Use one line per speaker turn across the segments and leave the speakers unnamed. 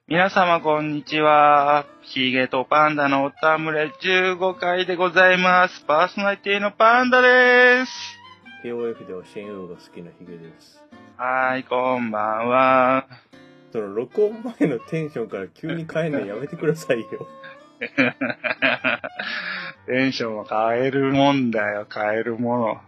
皆様こんにちは。ヒゲとパンダのおたむれ15回でございます。パーソナリティのパンダです。
KOF ではシェンウーが好きなヒゲです。
はい、こんばんは。
その録音前のテンションから急に変えるのやめてくださいよ。
テンションは変えるもんだよ、変えるもの。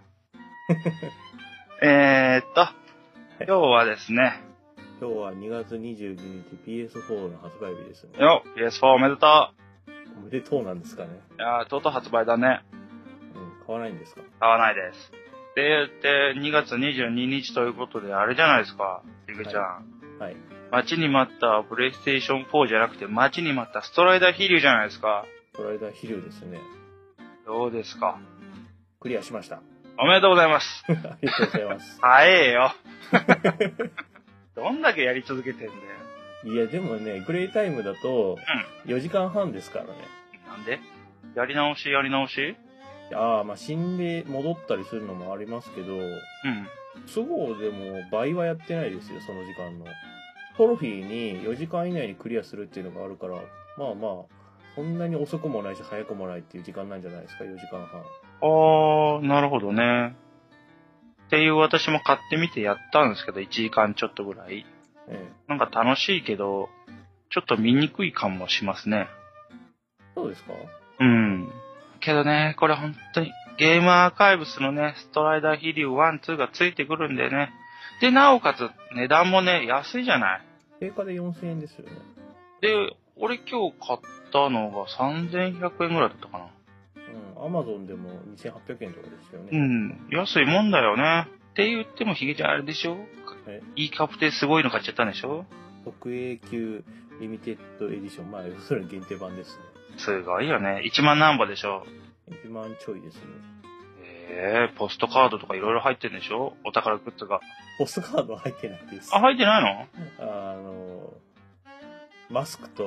今日はですね。
今日は2月22日 PS4 の発売日ですね。
よ、PS4 おめでと
う。おめでとうなんですかね。
いやー、とうとう発売だね。
買わないんですか？
買わないです。で、2月22日ということで、あれじゃないですか、ヒゲちゃん。
はい。
待ちに待ったプレイステーション4じゃなくて、待ちに待ったストライダー飛竜じゃないですか。
ストライダー飛竜ですね。
どうですか？
クリアしました。
おめでとうございます。
ありがとうございます。
早えよ。どんだけやり続けてんだよ。
いや、でもね、プレイタイムだと、4時間半ですからね。
なんで？やり直し
ああ、まあ死んで戻ったりするのもありますけど、都合でも倍はやってないですよ、その時間の。トロフィーに4時間以内にクリアするっていうのがあるから、まあまあ、そんなに遅くもないし早くもないっていう時間なんじゃないですか、4時間半。
あー、なるほどね。っていう私も買ってみてやったんですけど、1時間ちょっとぐらい。なんか楽しいけど、ちょっと見にくい感もしますね。
そうですか？
けどね、これ本当にゲームアーカイブスのね、ストライダー飛竜1、2がついてくるんでね。で、なおかつ値段もね、安いじゃない。
定価で4000円ですよね。
で、俺今日買ったのが3100円ぐらいだったかな。
アマゾンでも2800円とかですよね。
安いもんだよね。って言ってもヒゲちゃんあれでしょ？いいカプテすごいの買っちゃったんでしょ？
特 A 級リミテッドエディション。まあ、それ限定版ですね。
すごいよね。1万何ぼでしょ
？1万ちょいですね。
ポストカードとかいろいろ入ってるんでしょ？お宝グッズが。
ポストカードは入ってないです。
あ、入ってない
の？マスクと、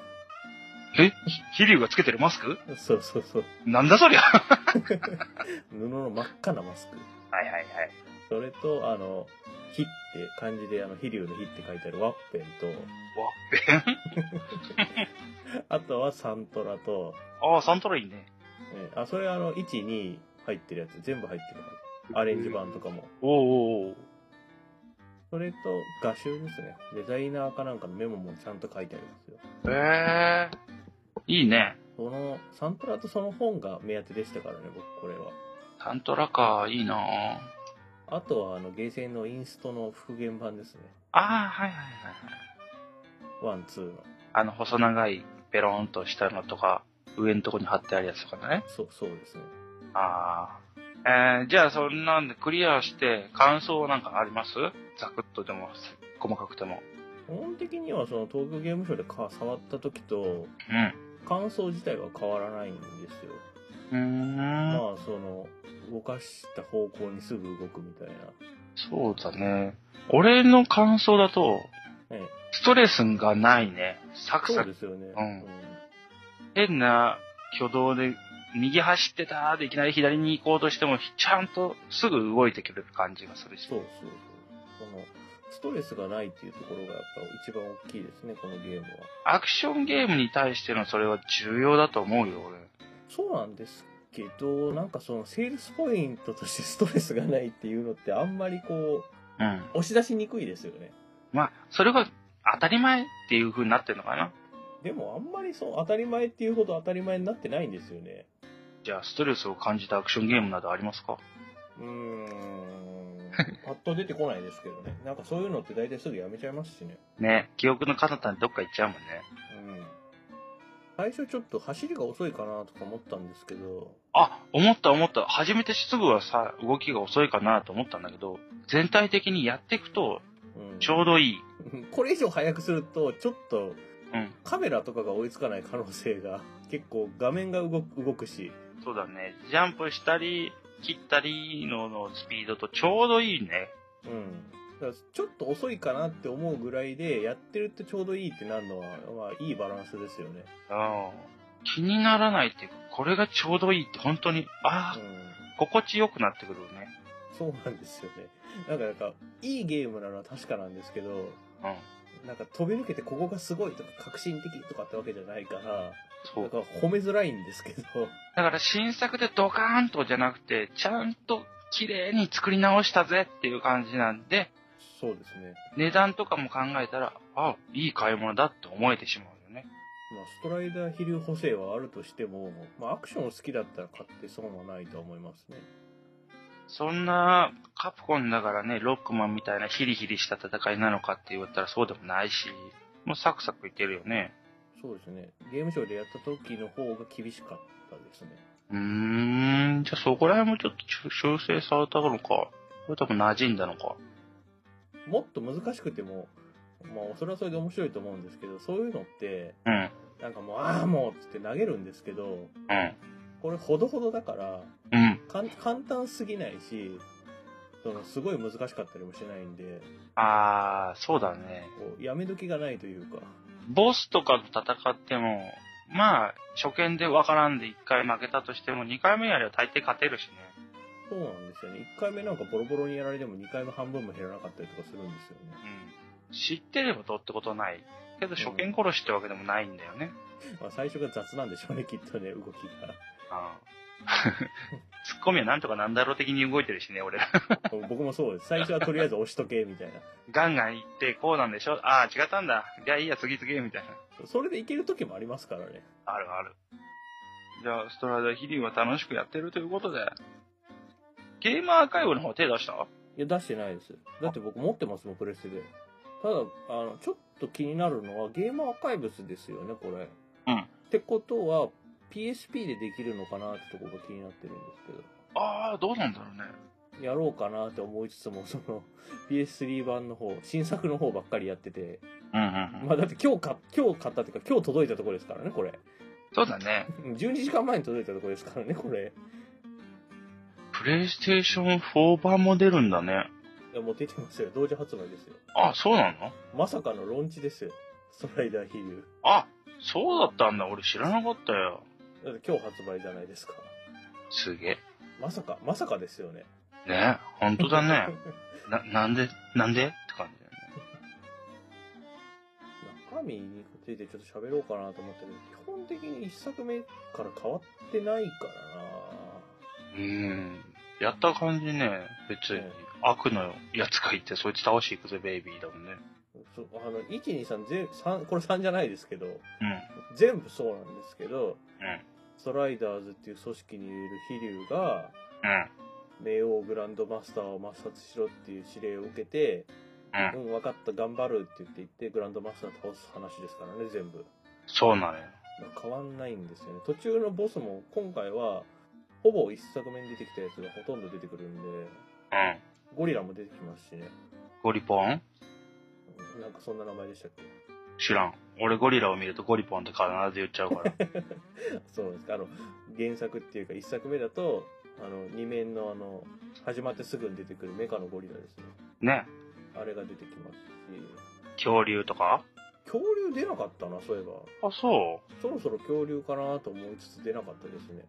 飛竜がつけてるマスク？
そうそうそう。
なんだそりゃ。
布の真っ赤なマスク。
はいはいはい。
それと、火って漢字で飛竜の火って書いてあるワッペンと、
ワッペン
あとはサントラと、
サントラいいね。
それ1、2入ってるやつ全部入ってるから。アレンジ版とかも。それと画集ですね。デザイナーかなんかのメモもちゃんと書いてありますよ。
いいね。
サントラとその本が目当てでしたからね、僕これは。
サントラか、いいなぁ。
あとはゲーセンのインストの復元版ですね。
はいはいはいはい。
ワン、ツーの。
細長いペローンとしたのとか、上のとこに貼ってあるやつとかね。
そうですね。
じゃあそんなんでクリアして感想なんかあります？ザクッとでも、細かくても。
基本的には東京ゲームショウで触った時と、感想自体は変わらないんですよ。まあ動かした方向にすぐ動くみたいな。
そうだね。俺の感想だと、ストレスがないね。サクサク。
そうですよね。
変な挙動で右走ってたでいきなり左に行こうとしてもちゃんとすぐ動いてくれる感じがするし。
そうストレスがないっていうところがやっぱ一番大きいですね、このゲームは。
アクションゲームに対してのそれは重要だと思うよ、俺。
そうなんですけど、なんかセールスポイントとしてストレスがないっていうのってあんまり押し出しにくいですよね。
まあ、それが当たり前っていう風になってるのかな。
でもあんまり当たり前っていうほど当たり前になってないんですよね。
じゃあ、ストレスを感じたアクションゲームなどありますか？
パッと出てこないですけどね。なんかそういうのって大体すぐやめちゃいますしね。
ね、記憶の彼方にどっか行っちゃうもんね。
最初ちょっと走りが遅いかなとか思ったんですけど。
思った。始めてすぐはさ、動きが遅いかなと思ったんだけど、全体的にやっていくと、ちょうどいい。
これ以上速くすると、ちょっと、カメラとかが追いつかない可能性が、結構画面が動くし。
そうだね。ジャンプしたり、切ったりのスピードとちょうどいいね。
だからちょっと遅いかなって思うぐらいで、やってるってちょうどいいってなるのは、まあいいバランスですよね。
気にならないっていうか、これがちょうどいいって本当に、心地よくなってくるね。
そうなんですよね。なんか、いいゲームなのは確かなんですけど、 なんか飛び抜けてここがすごいとか革新的とかってわけじゃないから、
そう。
だから褒めづらいんですけど。
だから新作でドカーンとじゃなくて、ちゃんと綺麗に作り直したぜっていう感じなんで、
そうですね。
値段とかも考えたら、あ、いい買い物だって思えてしまうよね。
まあ、ストライダー飛竜補正はあるとしても、まあ、アクション好きだったら買って損はないと思いますね。
そんな、カプコンだからね、ロックマンみたいなヒリヒリした戦いなのかって言ったらそうでもないし、もうサクサクいけるよね。
そうですね。ゲームショーでやった時の方が厳しかったですね。
じゃあそこら辺もちょっと修正されたのか。これ多分馴染んだのか。
もっと難しくても、まあ、それはそれで面白いと思うんですけど、そういうのって、
うん。
なんかもう、ああ、もう、つって投げるんですけど、
うん。
これほどほどだから、
うん。
簡単すぎないし、すごい難しかったりもしないんで、
そうだね。
こうやめ時がないというか。
ボスとかと戦っても、まあ、初見でわからんで1回負けたとしても、2回目やれば大抵勝てるしね。
そうなんですよね。1回目なんかボロボロにやられても2回目半分も減らなかったりとかするんですよね。
うん。知ってればどうってことない。けど初見殺しってわけでもないんだよね。
まあ最初が雑なんでしょうね、きっとね、動きが。
ツッコミはなんとかなんだろう的に動いてるしね、俺ら。
僕もそうです。最初はとりあえず押しとけ、みたいな。
ガンガン行ってこうなんでしょ。違ったんだ。じゃあいいや、次々、みたいな。
それでいける時もありますからね。
あるある。じゃあ、ストライダーヒリーは楽しくやってるということで。ゲームアーカイブの方手出した？
いや、出してないです。だって僕持ってますもん、プレステで。ただ、ちょっと気になるのは、ゲームアーカイブスですよね、これ。
うん。
ってことは、PSP でできるのかなってところが気になってるんですけど。
どうなんだろうね。
やろうかなって思いつつも、PS3 版の方、新作の方ばっかりやってて。
うんうんうん。
まあだって今日買ったっていうか、今日届いたところですからね、これ。
そうだね。
12時間前に届いたところですからね、これ。
プレイステーション4版も出るんだね。
いや、もう出てますよ。同時発売ですよ。
そうなの？
まさかのローンチですよ。ストライダーヒル。
そうだったんだ。俺知らなかったよ。
だって今日発売じゃないですか。
すげえ。
まさかですよね。
ね、ほんとだね。なんでって感じだよね。
中身についてちょっと喋ろうかなと思ったけど、基本的に一作目から変わってないからな。
やった感じね、別に悪のやつがいて、そいつ倒していくぜ、ベイビーだもんね。
1、2、3、これ3じゃないですけど、全部そうなんですけど、ストライダーズっていう組織にいる飛竜が、冥王グランドマスターを抹殺しろっていう指令を受けて、分かった、頑張るって言ってグランドマスター倒す話ですからね、全部。
そうなのよ。
変わんないんですよね。途中のボスも今回は、ほぼ一作目に出てきたやつがほとんど出てくるんで、ゴリラも出てきますしね。
ゴリポン？
なんかそんな名前でしたっけ？
知らん。俺ゴリラを見るとゴリポンって必ず言っちゃうから。
そうですか。原作っていうか一作目だと、二面の始まってすぐに出てくるメカのゴリラですね。
ね。
あれが出てきます
し。恐竜とか？
恐竜出なかったな、そういえば。
そう？
そろそろ恐竜かなと思いつつ出なかったですね。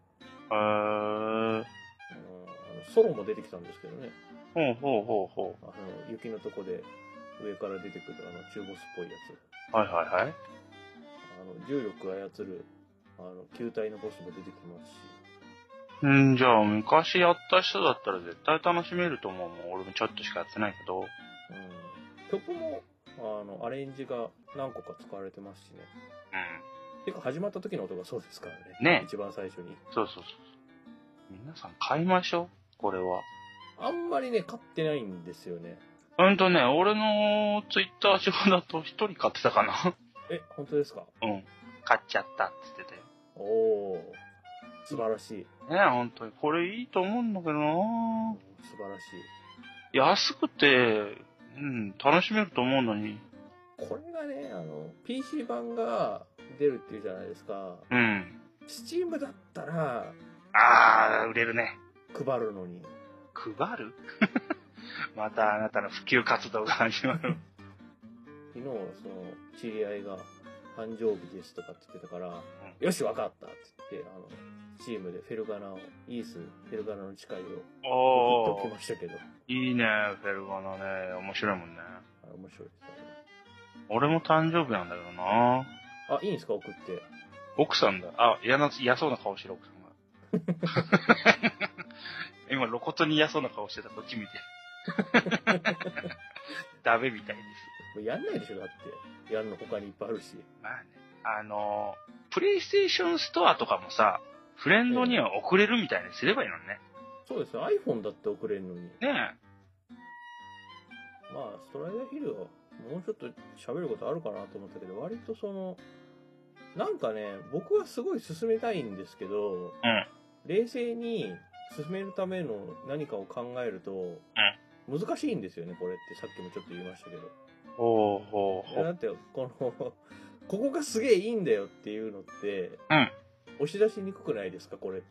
ソロも出てきたんですけどね。
ほう。
雪のとこで上から出てくる中ボスっぽいやつ。
はい。
重力操る、球体のボスも出てきますし。
じゃあ昔やった人だったら絶対楽しめると思うもん。俺もちょっとしかやってないけど。
曲も、アレンジが何個か使われてますしね。てか始まった時の音がそうですからね。
ね。
一番最初に。
そう。皆さん買いましょう。これは。
あんまりね、買ってないんですよね。
俺のツイッター上だと一人買ってたかな。
本当ですか？
買っちゃったって言ってたよ。
おー。素晴らしい。
ね、本当に。これいいと思うんだけどな。
素晴らし
い。安くて、楽しめると思うのに。
これがね、PC 版が出るっていうじゃないですか。スチームだったら、
売れるね。
配るのに。
配る？またあなたの普及活動が始まる。
昨日、知り合いが、誕生日ですとかって言ってたから、よし、わかったって言って、チームでフェルガナを、イース、フェルガナの誓いを送っておきましたけど。
いいね、フェルガナね。面白いもんね。
面白いですね。
俺も誕生日なんだけどな。
あ、いいんですか、送って。
奥さんだ。あ、嫌そうな顔してる奥さんが。今露骨に嫌そうな顔してた、こっち見て。ダメみたいです。
もうやんないでしょ、だって。やるの他にいっぱいあるし。
まあね。プレイステーションストアとかもさ、フレンドには送れるみたいにすればいいのね。
そうですよ。iPhone だって送れるのに。
ねえ。
まあ、ストライダーヒルはもうちょっと喋ることあるかなと思ったけど、割となんかね、僕はすごい進めたいんですけど、冷静に進めるための何かを考えると、難しいんですよね、これってさっきもちょっと言いましたけど。だって、ここがすげえいいんだよっていうのって、押し出しにくくないですか、これって。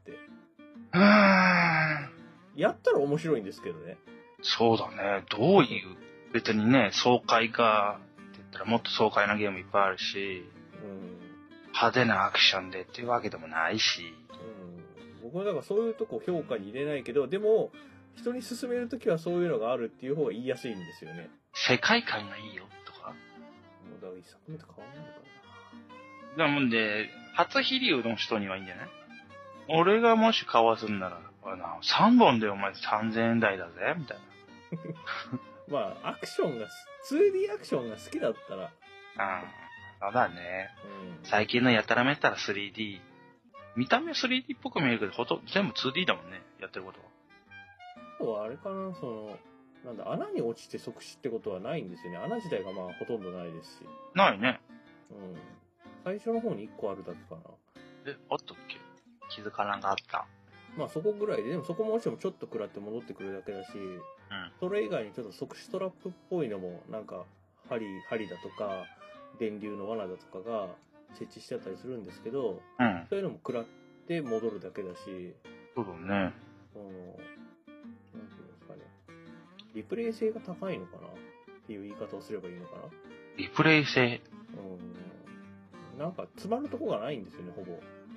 やったら面白いんですけどね。
そうだね。どういう、別にね、爽快かって言ったらもっと爽快なゲームいっぱいあるし、派手なアクションでっていうわけでもないし。
僕はだからそういうとこ評価に入れないけど、でも、人に勧めるときはそういうのがあるっていう方が言いやすいんですよね。
世界観がいいよとか。
もうだから一作目と変わんないのか
な。なもんで、初飛竜の人にはいいんじゃない？俺がもし買わすんなら、3本でお前3000円台だぜみたいな。
まあ、アクションが、2D アクションが好きだったら。
そうだね。最近のやたらめったら 3D。見た目は 3D っぽく見えるけど、全部 2D だもんね、やってることは。
あとはあれかな、なんだ、穴に落ちて即死ってことはないんですよね。穴自体がまあほとんどないですし。
ないね。
最初の方に1個あるだけかな。
あったっけ？気づかなかった。
まあそこぐらいで、でもそこも落ちてもちょっと食らって戻ってくるだけだし、それ以外にちょっと即死トラップっぽいのも、なんか、針だとか、電流の罠だとかが設置してあったりするんですけど、そういうのも食らって戻るだけだし、
そうだね。
なんていうんですかね。リプレイ性が高いのかなっていう言い方をすればいいのかな。
リプレイ性？
なんか詰まるとこがないんですよね、ほぼ。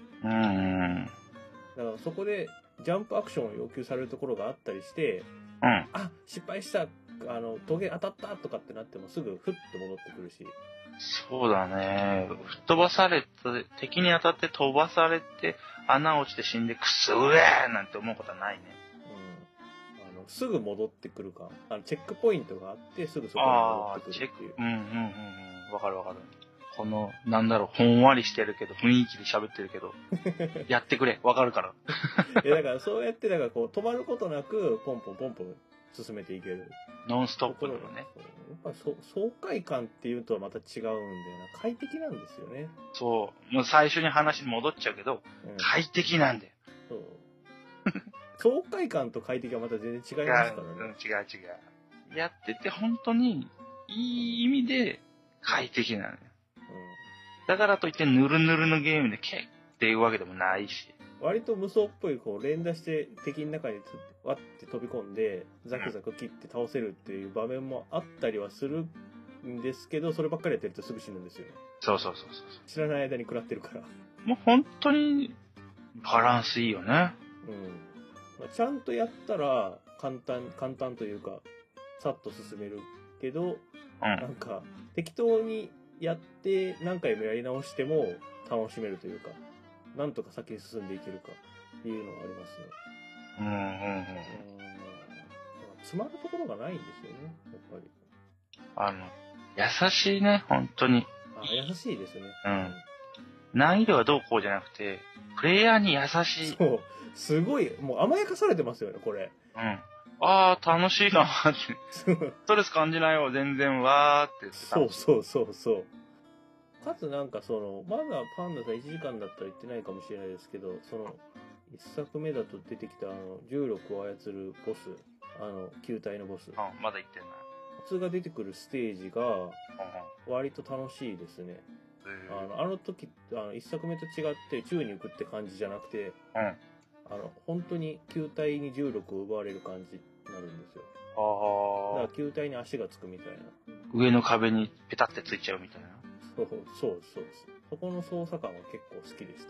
だからそこでジャンプアクションを要求されるところがあったりして、あ、失敗した、トゲ当たったとかってなってもすぐフッと戻ってくるし。
そうだね。吹っ飛ばされて、敵に当たって飛ばされて、穴落ちて死んでくすうえーなんて思うことはないね。
すぐ戻ってくるか。チェックポイントがあって、すぐそこに戻ってくるっていう。
わかるわかる。この、ほんわりしてるけど、雰囲気で喋ってるけど、やってくれ、わかるから。
だからそうやって、止まることなく、ポンポンポンポン進めていける。
ノンストップなのね。
やっぱり爽快感っていうとはまた違うんだよな。快適なんですよね。
そう。もう最初に話に戻っちゃうけど、快適なんだよ。
そう。爽快感と快適はまた全然違いますからね。
違う。やってて本当に、いい意味で快適なのよ。だからといってヌルヌルのゲームでっていうわけでもないし。
割と無双っぽい連打して敵の中にわって飛び込んでザクザク切って倒せるっていう場面もあったりはするんですけど、そればっかりやってるとすぐ死ぬんですよね。
そう。
知らない間に食らってるから。
もう本当にバランスいいよね。
ちゃんとやったら簡単というかさっと進めるけど、なんか適当にやって何回もやり直しても楽しめるというか、なんとか先に進んでいけるかっていうのはありますね。詰まるところがないんですよね、やっぱ
り。優しいね、本当に。
優しいですね。
難易度はどうこうじゃなくて、プレイヤーに優しい。
そう。すごい、もう甘やかされてますよね、これ。
楽しいなーって。ストレス感じないよ、全然わーって言ってた。
そう。かつまだパンダさん1時間だったら言ってないかもしれないですけど、一作目だと出てきた重力を操るボス、球体のボス。
まだ言ってない。
普通が出てくるステージが、割と楽しいですね。時、一作目と違って宙に浮くって感じじゃなくて、本当に球体に重力を奪われる感じになるんですよ。だから球体に足がつくみたいな。
上の壁にペタってついちゃうみたいな。
そう。そこの操作感は結構好きでした。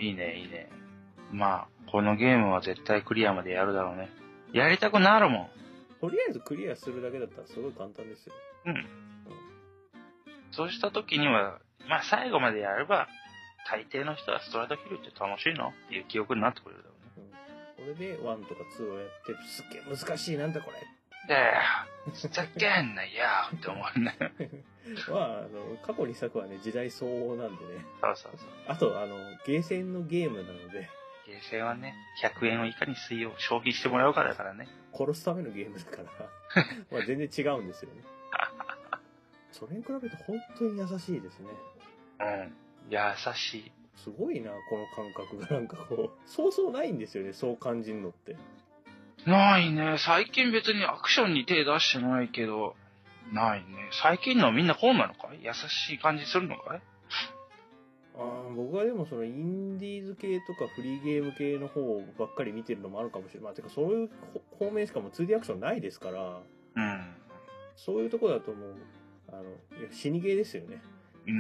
いいね。まあ、このゲームは絶対クリアまでやるだろうね。やりたくなるもん。
とりあえずクリアするだけだったらすごい簡単ですよ。
そうした時には、まあ最後までやれば、大抵の人はストライドヒルって楽しいのっていう記憶になってくれるだろうね。
これで1とか2をやってる、すっげえ難しい、なんだこれ。
ふざけんなよって思うね。
まあ、過去2作はね、時代相応なんでね。
そうそうそう。
あと、ゲーセンのゲームなので。
ゲーセンはね、100円をいかに消費してもらうからだからね。
殺すためのゲームだから、まあ全然違うんですよね。それに比べると本当に優しいですね。
うん。優しい。
すごいな、この感覚が。なんかこう、そうそうないんですよね、そう感じるのって。
ないね。最近別にアクションに手出してないけど、ないね。最近のみんなこうなのかい？優しい感じするのかい？
僕はでもそのインディーズ系とかフリーゲーム系の方ばっかり見てるのもあるかもしれない。まあ、てかそういう方面しかも 2D アクションないですから、
うん。
そういうとこだともう、死にゲーですよね。
うん、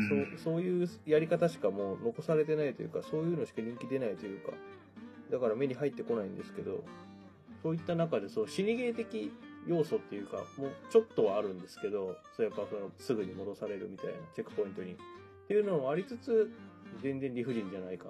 そういうやり方しかもう残されてないというか、そういうのしか人気出ないというか、だから目に入ってこないんですけど、そういった中でそう死にゲー的要素っていうか、もうちょっとはあるんですけど、そうやっぱすぐに戻されるみたいなチェックポイントに。っていうのもありつつ、全然理不尽じゃないか。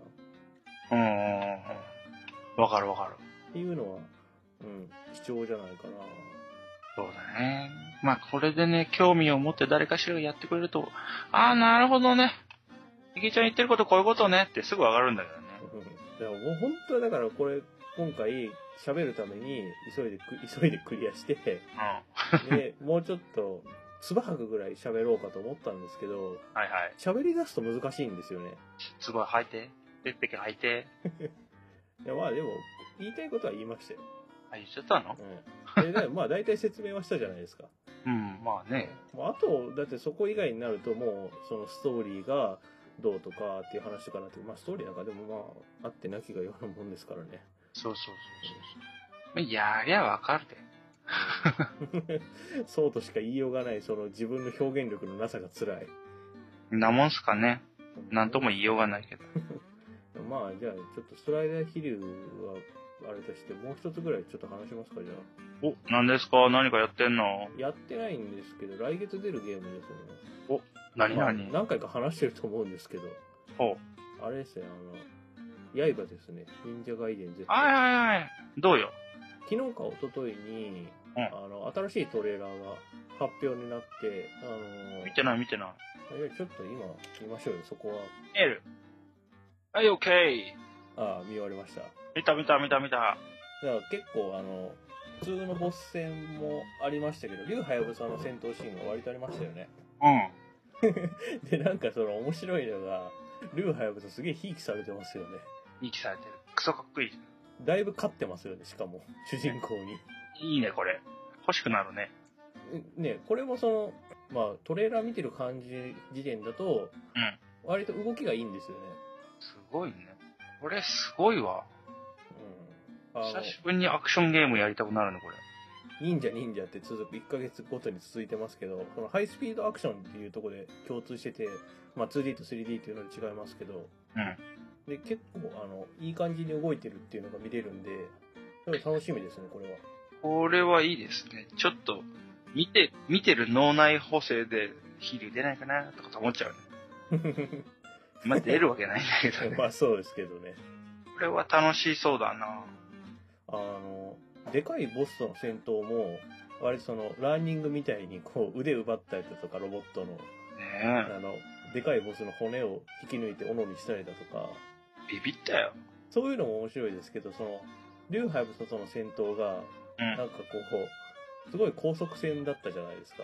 わかるわかる。
っていうのは、貴重じゃないかな。
そうだね。まあこれでね、興味を持って誰かしらがやってくれると、ああ、なるほどね。ひげちゃん言ってることこういうことねってすぐわかるんだけどね。
でももう本当はだからこれ、今回喋るために急いでクリアして、で、もうちょっと、つば吐くぐらい喋ろうかと思ったんですけど、
はいはい。
喋り出すと難しいんですよね。
つば吐いて、てっぺけ吐いて。
いやまあでも、言いたいことは言いましたよ。
あ、言っちゃったの？
で、まあ大体説明はしたじゃないですか。
うん、まあね。
あと、だってそこ以外になるともう、そのストーリーがどうとかっていう話とかなって、まあストーリーなんかでもまあ、あってなきがようなもんですからね。
そう。やりゃわかる
で。そうとしか言いようがない、その自分の表現力のなさが辛い。
なもんすかね。なんとも言いようがないけど。
まあ、じゃあ、ちょっとストライダー飛竜は、あれとして、もう一つぐらいちょっと話しますか、じゃあ。
お、何ですか？何かやってんの？
やってないんですけど、来月出るゲームですよね。
お、何、
何回か話してると思うんですけど。
お
あれですね、刃ですね。忍者ガイデン Z。
はい。どうよ。
昨日か一昨日に、新しいトレーラーが発表になって、
見てない。
ちょっと今見ましょうよ、そこは。
見える。はい、オッケ
ー。ああ、見終わりました。
見た。
だから結構普通のボス戦もありましたけど、竜はやぶさの戦闘シーンが割とありましたよね。で、なんかその面白いのが、竜はやぶさすげえひいきされてますよね。
ひいきされてる。クソかっこいい。
だいぶ勝ってますよね、しかも、主人公に。
いいね、これ。欲しくなるね。
ね、これもまあ、トレーラー見てる感じ、時点だと、割と動きがいいんですよね。
すごいね。これすごいわ。久しぶりにアクションゲームやりたくなるね、これ。
忍者って1ヶ月ごとに続いてますけど、このハイスピードアクションっていうところで共通してて、まあ 2D と 3D っていうので違いますけど、で、結構いい感じに動いてるっていうのが見れるんで、楽しみですね、これは。
これはいいですね。ちょっと、見てる脳内補正で、ヒール出ないかなとか思っちゃうね。まあ出るわけないんだけどね。
まあそうですけどね。
これは楽しそうだな。
でかいボスとの戦闘も、割とランニングみたいにこう腕奪ったりだとかロボットの、でかいボスの骨を引き抜いて斧にしたりだとか。
ビビったよ。
そういうのも面白いですけど、竜はやぶさとの戦闘が、なんかこう、すごい高速戦だったじゃないですか。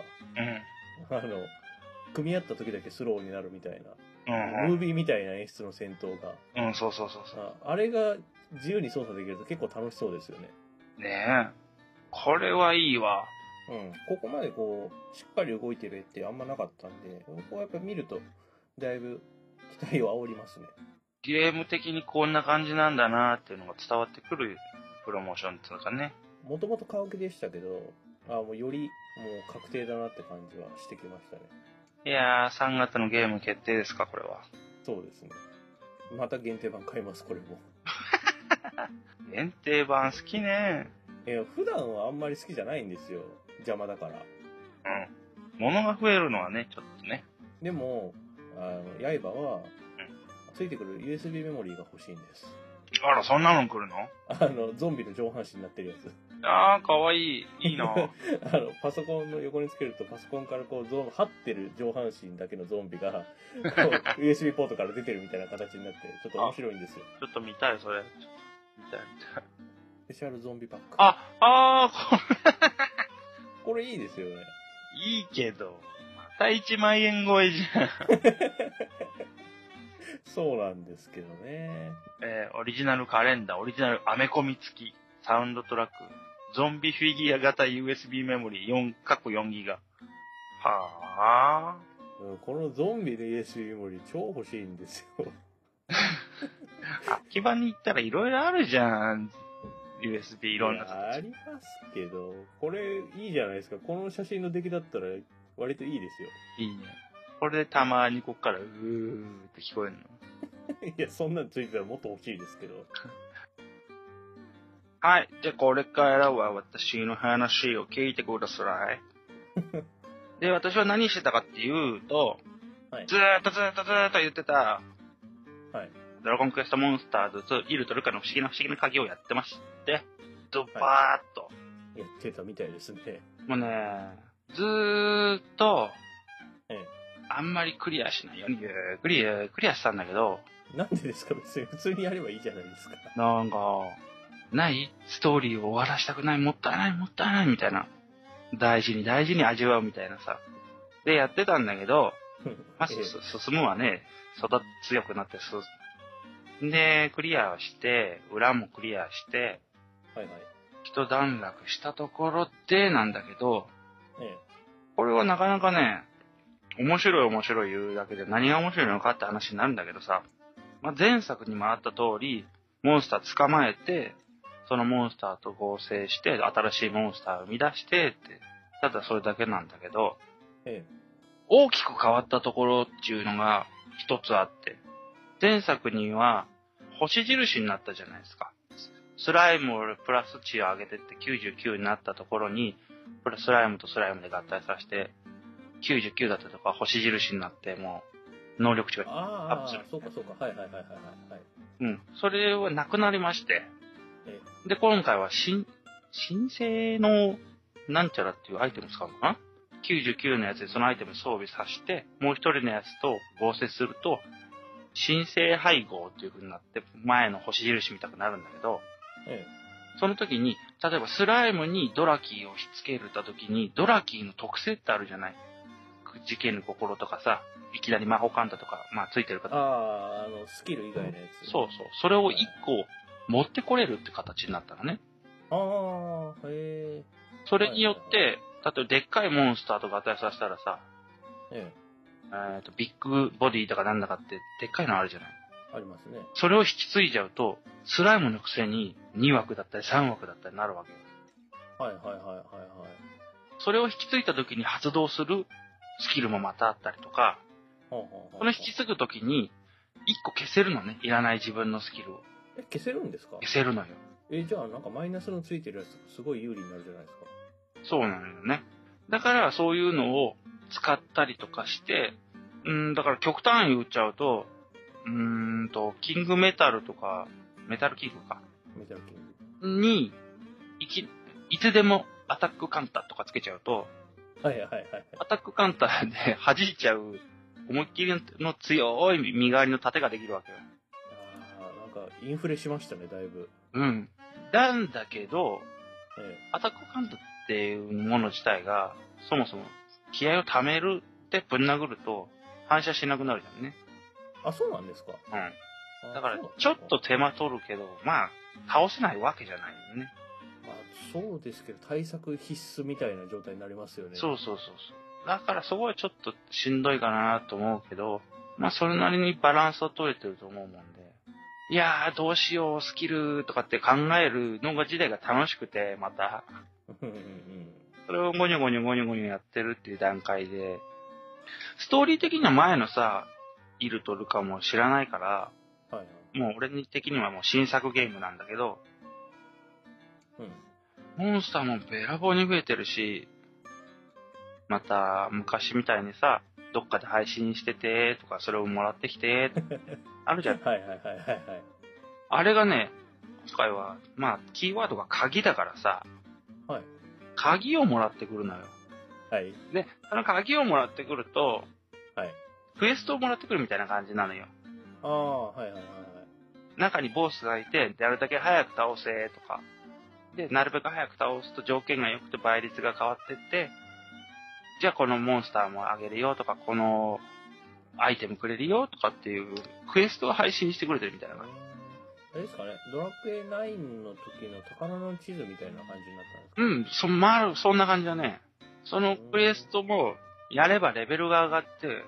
組み合った時だけスローになるみたいな。ムービーみたいな演出の戦闘が。
そう。
あれが自由に操作できると結構楽しそうですよね。
ねえ。これはいいわ。
ここまでこう、しっかり動いてる絵ってあんまなかったんで、ここはやっぱ見ると、だいぶ期待を煽りますね。
ゲーム的にこんな感じなんだなっていうのが伝わってくるプロモーションっていうのかね。
もともと買う気でしたけど、もうよりもう確定だなって感じはしてきましたね。
いやー、3月のゲーム決定ですか、これは。
そうですね。また限定版買います、これも。
限定版好きね。
普段はあんまり好きじゃないんですよ。邪魔だから。
物が増えるのはね、ちょっとね。
でも、刃は、ついてくる USB メモリーが欲しいんです。
あら、そんなの来るの？
ゾンビの上半身になってるやつ。
あー、かわいい。いいな
パソコンの横につけると、パソコンからこう、張ってる上半身だけのゾンビが、こう、USB ポートから出てるみたいな形になって、ちょっと面白いんですよ。
ちょっと見たい、それ。見たい。
スペシャルゾンビパック。これいいですよね。
いいけど、また1万円超えじゃん。
そうなんですけどね。
オリジナルカレンダー、オリジナルアメコミ付き、サウンドトラック、ゾンビフィギュア型 USB メモリー4ギガ。は
ぁ。このゾンビの USB メモリー超欲しいんですよ。
秋葉に行ったらいろいろあるじゃん。USB いろんな
形。ありますけど、これいいじゃないですか。この写真の出来だったら割といいですよ。
いいね。これでたまにこっからうーって聞こえるの。
いや、そんなのついてたらもっと欲しいですけど。
はい。じゃあこれからは私の話を聞いてください。で、私は何してたかっていうと、はい、ずーっと言ってた、はい。ドラゴンクエストモンスターズとイルトルカの不思議な鍵をやってまして、ドバーッと、はい。
やってたみたいですね。
もうね、ずーっと、あんまりクリアしないようにクリアしたんだけど。
なんでですか？別に普通にやればいいじゃないですか。
なんか、ストーリーを終わらしたくない、もったいないみたいな。大事に味わうみたいなさ。で、やってたんだけど、まあ、進むわね。強くなってで、クリアして、裏もクリアして、はいはい。一段落したところでなんだけど、これはなかなかね、面白い言うだけで何が面白いのかって話になるんだけどさ、まあ、前作にもあった通り、モンスター捕まえて、そのモンスターと合成して、新しいモンスターを生み出してって、ただそれだけなんだけど、大きく変わったところっていうのが一つあって、前作には星印になったじゃないですか。スライムをプラス値を上げてって99になったところに、スライムとスライムで合体させて、99だったとか星印になって、もう、能力値がアップする。
そうか。はい。
うん。それはなくなりまして。で、今回は新生のなんちゃらっていうアイテム使うのかな ?99 のやつでそのアイテム装備させて、もう一人のやつと合成すると、新生配合っていう風になって、前の星印みたくなるんだけど、その時に、例えばスライムにドラキーをひっつけるた時に、ドラキーの特性ってあるじゃない？事件の心とかさ、いきなり魔法カンタとか、まあついてる方。
スキル以外のやつ。
そう。それを1個持ってこれるって形になったのね。
へえ。
それによって、例えばでっかいモンスターと合体させたらさ、ビッグボディとかなんだかってでっかいのあるじゃない？
ありますね。
それを引き継いじゃうと、スライムのくせに2枠だったり3枠だったりなるわけよ。
はい。
それを引き継いだ時に発動するスキルもまたあったりとか、この引き継ぐ時に1個消せるのね。いらない自分のスキルを。
消せるんですか？
消せるのよ。
じゃあなんかマイナスのついてるやつすごい有利になるじゃないですか。
そうなのよね。だからそういうのを使ったりとかして、だから極端に言っちゃうと、キングメタルとか、メタルキングか。
メタルキング。
に、いつでもアタックカウンターとかつけちゃうと、アタックカウンターで弾いちゃう、思いっきりの強い身代わりの盾ができるわけよ。
なんかインフレしましたね、だいぶ。
なんだけど、アタックカウンターっていうもの自体が、そもそも気合を溜めるってぶん殴ると反射しなくなるじゃんね。
そうなんですか？
だから、ちょっと手間取るけど、まあ、倒せないわけじゃないよね。
そうですけど、対策必須みたいな状態になりますよね。
そう。だからそこはちょっとしんどいかなと思うけど、まあそれなりにバランスを取れてると思うもんで。いやーどうしよう、スキルとかって考えるのが自体が楽しくて、また。それをゴニョゴニョやってるっていう段階で、ストーリー的には前のさ、イルとルカも知らないから、もう俺的にはもう新作ゲームなんだけど、モンスターもべらぼうに増えてるし、また昔みたいにさ、 どっかで配信してて、とか、それをもらってきて、あるじゃん。
はいはいはいはいはい。
あれがね、今回は、まあ、キーワードが鍵だからさ、
はい。
鍵をもらってくるのよ。
はい。
で、その鍵をもらってくると、
はい。
クエストをもらってくるみたいな感じなのよ。
ああ、はいはいはいはい。
中にボスがいて、であるだけ早く倒せとか。で、なるべく早く倒すと条件が良くて倍率が変わってって、じゃあこのモンスターもあげるよとか、このアイテムくれるよとかっていうクエストを配信してくれてるみたいな感じ。
あれですかね、ドラクエ9の時の宝の地図みたいな感じになったんです
う
か？
ん、そんな感じだね。そのクエストも、やればレベルが上がって